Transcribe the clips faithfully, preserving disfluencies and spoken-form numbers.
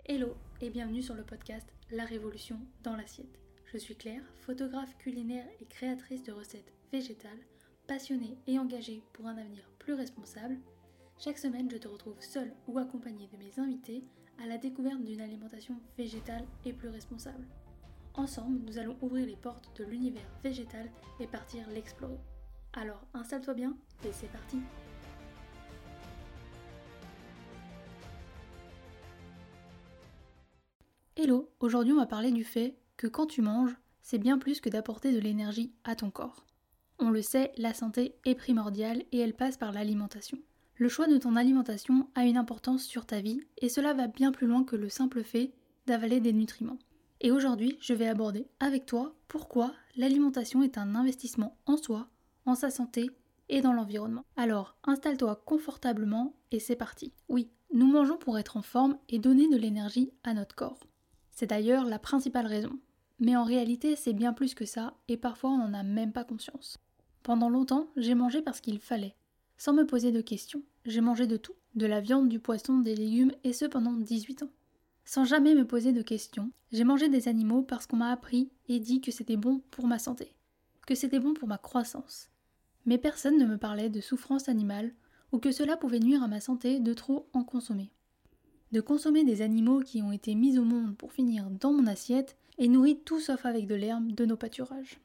Hello et bienvenue sur le podcast La Révolution dans l'assiette. Je suis Claire, photographe culinaire et créatrice de recettes végétales, passionnée et engagée pour un avenir plus responsable. Chaque semaine, je te retrouve seule ou accompagnée de mes invités à la découverte d'une alimentation végétale et plus responsable. Ensemble, nous allons ouvrir les portes de l'univers végétal et partir l'explorer. Alors installe-toi bien et c'est parti! Hello, aujourd'hui on va parler du fait que quand tu manges, c'est bien plus que d'apporter de l'énergie à ton corps. On le sait, la santé est primordiale et elle passe par l'alimentation. Le choix de ton alimentation a une importance sur ta vie et cela va bien plus loin que le simple fait d'avaler des nutriments. Et aujourd'hui, je vais aborder avec toi pourquoi l'alimentation est un investissement en soi, en sa santé et dans l'environnement. Alors, installe-toi confortablement et c'est parti. Oui, nous mangeons pour être en forme et donner de l'énergie à notre corps. C'est d'ailleurs la principale raison. Mais en réalité, c'est bien plus que ça, et parfois on n'en a même pas conscience. Pendant longtemps, j'ai mangé parce qu'il fallait, sans me poser de questions. J'ai mangé de tout, de la viande, du poisson, des légumes, et ce pendant dix-huit ans. Sans jamais me poser de questions, j'ai mangé des animaux parce qu'on m'a appris et dit que c'était bon pour ma santé, que c'était bon pour ma croissance. Mais personne ne me parlait de souffrance animale, ou que cela pouvait nuire à ma santé de trop en consommer. De consommer des animaux qui ont été mis au monde pour finir dans mon assiette et nourris tout sauf avec de l'herbe de nos pâturages.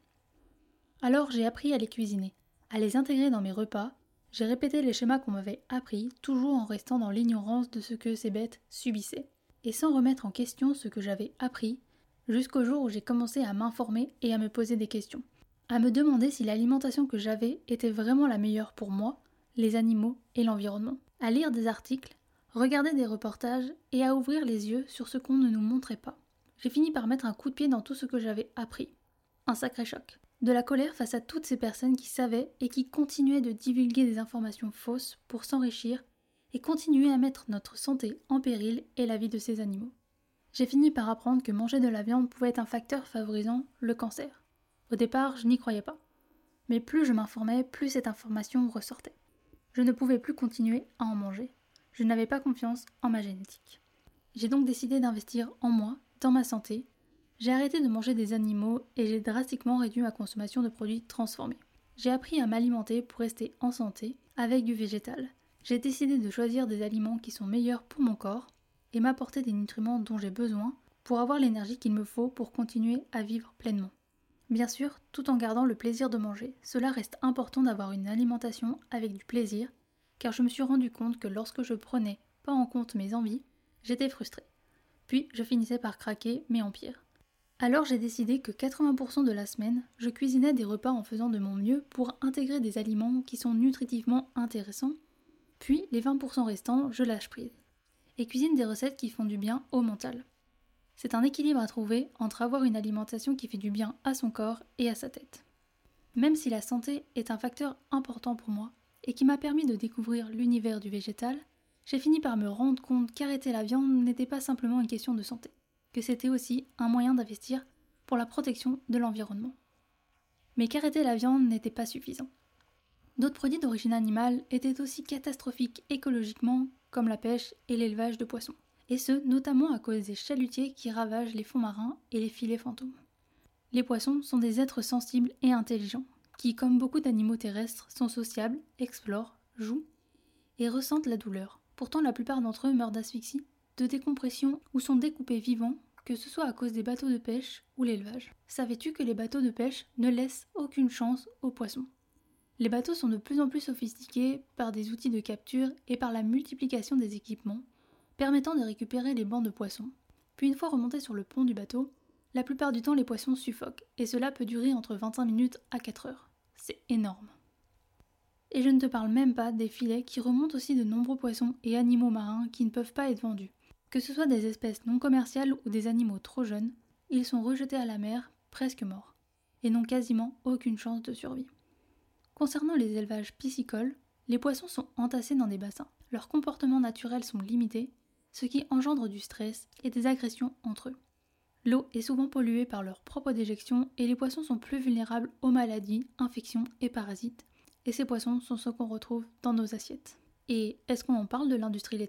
Alors j'ai appris à les cuisiner, à les intégrer dans mes repas, j'ai répété les schémas qu'on m'avait appris, toujours en restant dans l'ignorance de ce que ces bêtes subissaient, et sans remettre en question ce que j'avais appris, jusqu'au jour où j'ai commencé à m'informer et à me poser des questions, à me demander si l'alimentation que j'avais était vraiment la meilleure pour moi, les animaux et l'environnement, à lire des articles, regarder des reportages et à ouvrir les yeux sur ce qu'on ne nous montrait pas. J'ai fini par mettre un coup de pied dans tout ce que j'avais appris. Un sacré choc. De la colère face à toutes ces personnes qui savaient et qui continuaient de divulguer des informations fausses pour s'enrichir et continuer à mettre notre santé en péril et la vie de ces animaux. J'ai fini par apprendre que manger de la viande pouvait être un facteur favorisant le cancer. Au départ, je n'y croyais pas. Mais plus je m'informais, plus cette information ressortait. Je ne pouvais plus continuer à en manger. Je n'avais pas confiance en ma génétique. J'ai donc décidé d'investir en moi, dans ma santé. J'ai arrêté de manger des animaux et j'ai drastiquement réduit ma consommation de produits transformés. J'ai appris à m'alimenter pour rester en santé avec du végétal. J'ai décidé de choisir des aliments qui sont meilleurs pour mon corps et m'apporter des nutriments dont j'ai besoin pour avoir l'énergie qu'il me faut pour continuer à vivre pleinement. Bien sûr, tout en gardant le plaisir de manger, cela reste important d'avoir une alimentation avec du plaisir, car je me suis rendu compte que lorsque je prenais pas en compte mes envies, j'étais frustrée. Puis je finissais par craquer, mais en pire. Alors j'ai décidé que quatre-vingts pour cent de la semaine, je cuisinais des repas en faisant de mon mieux pour intégrer des aliments qui sont nutritivement intéressants, puis les vingt pour cent restants, je lâche prise. Et cuisine des recettes qui font du bien au mental. C'est un équilibre à trouver entre avoir une alimentation qui fait du bien à son corps et à sa tête. Même si la santé est un facteur important pour moi, et qui m'a permis de découvrir l'univers du végétal, j'ai fini par me rendre compte qu'arrêter la viande n'était pas simplement une question de santé, que c'était aussi un moyen d'investir pour la protection de l'environnement. Mais qu'arrêter la viande n'était pas suffisant. D'autres produits d'origine animale étaient aussi catastrophiques écologiquement, comme la pêche et l'élevage de poissons, et ce notamment à cause des chalutiers qui ravagent les fonds marins et les filets fantômes. Les poissons sont des êtres sensibles et intelligents, qui, comme beaucoup d'animaux terrestres, sont sociables, explorent, jouent et ressentent la douleur. Pourtant, la plupart d'entre eux meurent d'asphyxie, de décompression ou sont découpés vivants, que ce soit à cause des bateaux de pêche ou l'élevage. Savais-tu que les bateaux de pêche ne laissent aucune chance aux poissons ? Les bateaux sont de plus en plus sophistiqués par des outils de capture et par la multiplication des équipements, permettant de récupérer les bancs de poissons. Puis une fois remontés sur le pont du bateau, la plupart du temps les poissons suffoquent, et cela peut durer entre vingt-cinq minutes à quatre heures. C'est énorme. Et je ne te parle même pas des filets qui remontent aussi de nombreux poissons et animaux marins qui ne peuvent pas être vendus. Que ce soit des espèces non commerciales ou des animaux trop jeunes, ils sont rejetés à la mer, presque morts, et n'ont quasiment aucune chance de survie. Concernant les élevages piscicoles, les poissons sont entassés dans des bassins. Leurs comportements naturels sont limités, ce qui engendre du stress et des agressions entre eux. L'eau est souvent polluée par leur propre déjection et les poissons sont plus vulnérables aux maladies, infections et parasites. Et ces poissons sont ceux qu'on retrouve dans nos assiettes. Et est-ce qu'on en parle de l'industrie laitière ?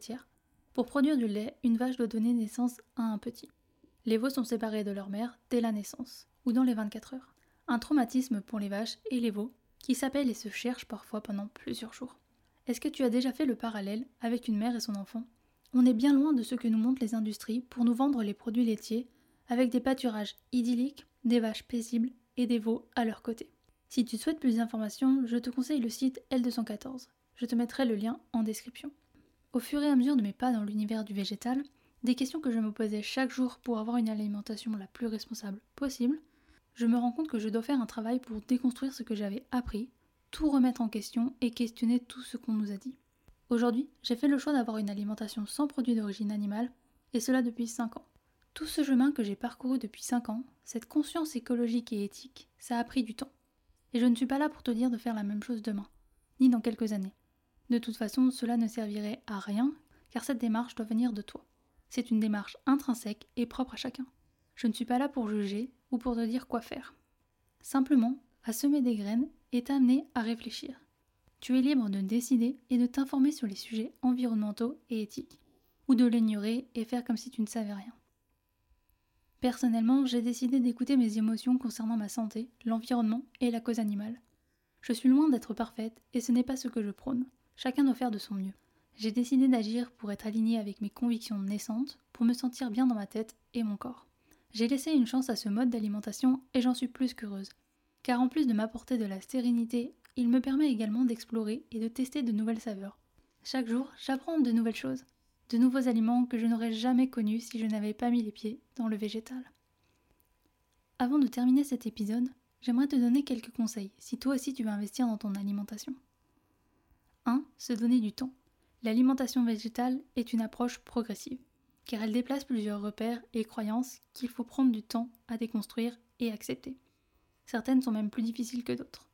Pour produire du lait, une vache doit donner naissance à un petit. Les veaux sont séparés de leur mère dès la naissance, ou dans les vingt-quatre heures. Un traumatisme pour les vaches et les veaux, qui s'appellent et se cherchent parfois pendant plusieurs jours. Est-ce que tu as déjà fait le parallèle avec une mère et son enfant ? On est bien loin de ce que nous montrent les industries pour nous vendre les produits laitiers, avec des pâturages idylliques, des vaches paisibles et des veaux à leur côté. Si tu souhaites plus d'informations, je te conseille le site L deux cent quatorze. Je te mettrai le lien en description. Au fur et à mesure de mes pas dans l'univers du végétal, des questions que je me posais chaque jour pour avoir une alimentation la plus responsable possible, je me rends compte que je dois faire un travail pour déconstruire ce que j'avais appris, tout remettre en question et questionner tout ce qu'on nous a dit. Aujourd'hui, j'ai fait le choix d'avoir une alimentation sans produits d'origine animale, et cela depuis cinq ans. Tout ce chemin que j'ai parcouru depuis cinq ans, cette conscience écologique et éthique, ça a pris du temps. Et je ne suis pas là pour te dire de faire la même chose demain, ni dans quelques années. De toute façon, cela ne servirait à rien, car cette démarche doit venir de toi. C'est une démarche intrinsèque et propre à chacun. Je ne suis pas là pour juger ou pour te dire quoi faire. Simplement, à semer des graines et t'amener à réfléchir. Tu es libre de décider et de t'informer sur les sujets environnementaux et éthiques, ou de l'ignorer et faire comme si tu ne savais rien. Personnellement, j'ai décidé d'écouter mes émotions concernant ma santé, l'environnement et la cause animale. Je suis loin d'être parfaite et ce n'est pas ce que je prône. Chacun doit faire de son mieux. J'ai décidé d'agir pour être alignée avec mes convictions naissantes, pour me sentir bien dans ma tête et mon corps. J'ai laissé une chance à ce mode d'alimentation et j'en suis plus qu'heureuse. Car en plus de m'apporter de la sérénité, il me permet également d'explorer et de tester de nouvelles saveurs. Chaque jour, j'apprends de nouvelles choses, de nouveaux aliments que je n'aurais jamais connus si je n'avais pas mis les pieds dans le végétal. Avant de terminer cet épisode, j'aimerais te donner quelques conseils si toi aussi tu veux investir dans ton alimentation. un. Se donner du temps. L'alimentation végétale est une approche progressive, car elle déplace plusieurs repères et croyances qu'il faut prendre du temps à déconstruire et accepter. Certaines sont même plus difficiles que d'autres.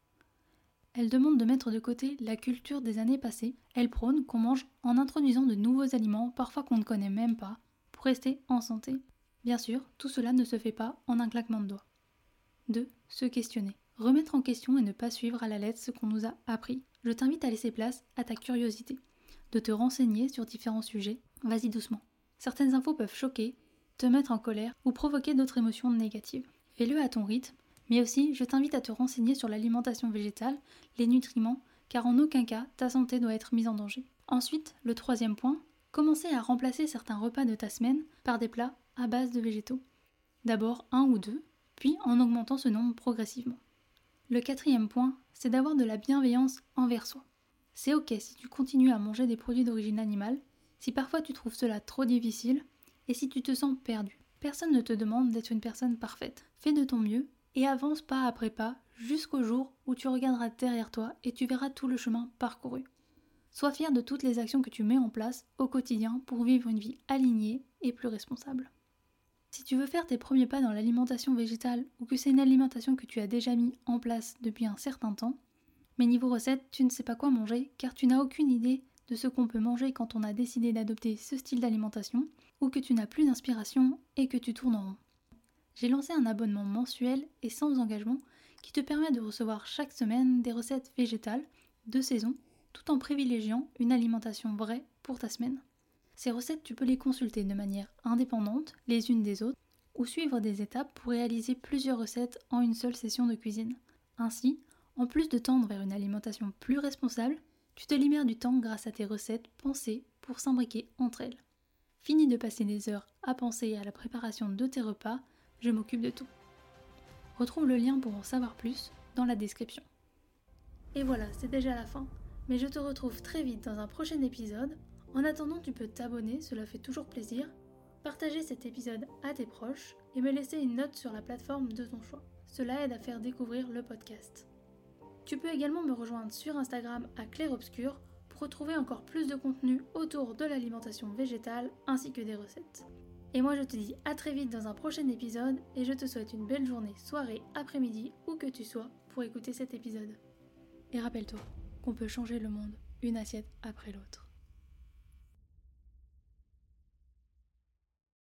Elle demande de mettre de côté la culture des années passées. Elle prône qu'on mange en introduisant de nouveaux aliments, parfois qu'on ne connaît même pas, pour rester en santé. Bien sûr, tout cela ne se fait pas en un claquement de doigts. deux. Se questionner. Remettre en question et ne pas suivre à la lettre ce qu'on nous a appris. Je t'invite à laisser place à ta curiosité, de te renseigner sur différents sujets. Vas-y doucement. Certaines infos peuvent choquer, te mettre en colère ou provoquer d'autres émotions négatives. Fais-le à ton rythme, mais aussi je t'invite à te renseigner sur l'alimentation végétale, les nutriments, car en aucun cas ta santé doit être mise en danger. Ensuite, le troisième point, commencer à remplacer certains repas de ta semaine par des plats à base de végétaux. D'abord un ou deux, puis en augmentant ce nombre progressivement. Le quatrième point, c'est d'avoir de la bienveillance envers soi. C'est ok si tu continues à manger des produits d'origine animale, si parfois tu trouves cela trop difficile, et si tu te sens perdu. Personne ne te demande d'être une personne parfaite. Fais de ton mieux et avance pas après pas jusqu'au jour où tu regarderas derrière toi et tu verras tout le chemin parcouru. Sois fier de toutes les actions que tu mets en place au quotidien pour vivre une vie alignée et plus responsable. Si tu veux faire tes premiers pas dans l'alimentation végétale ou que c'est une alimentation que tu as déjà mis en place depuis un certain temps, mais niveau recette, tu ne sais pas quoi manger car tu n'as aucune idée de ce qu'on peut manger quand on a décidé d'adopter ce style d'alimentation ou que tu n'as plus d'inspiration et que tu tournes en rond. J'ai lancé un abonnement mensuel et sans engagement qui te permet de recevoir chaque semaine des recettes végétales de saison tout en privilégiant une alimentation vraie pour ta semaine. Ces recettes, tu peux les consulter de manière indépendante, les unes des autres, ou suivre des étapes pour réaliser plusieurs recettes en une seule session de cuisine. Ainsi, en plus de tendre vers une alimentation plus responsable, tu te libères du temps grâce à tes recettes pensées pour s'imbriquer entre elles. Fini de passer des heures à penser à la préparation de tes repas, je m'occupe de tout. Retrouve le lien pour en savoir plus dans la description. Et voilà, c'est déjà la fin, mais je te retrouve très vite dans un prochain épisode. En attendant, tu peux t'abonner, cela fait toujours plaisir, partager cet épisode à tes proches et me laisser une note sur la plateforme de ton choix. Cela aide à faire découvrir le podcast. Tu peux également me rejoindre sur Instagram à Clairobscur pour retrouver encore plus de contenu autour de l'alimentation végétale ainsi que des recettes. Et moi je te dis à très vite dans un prochain épisode et je te souhaite une belle journée, soirée, après-midi, où que tu sois pour écouter cet épisode. Et rappelle-toi qu'on peut changer le monde une assiette après l'autre.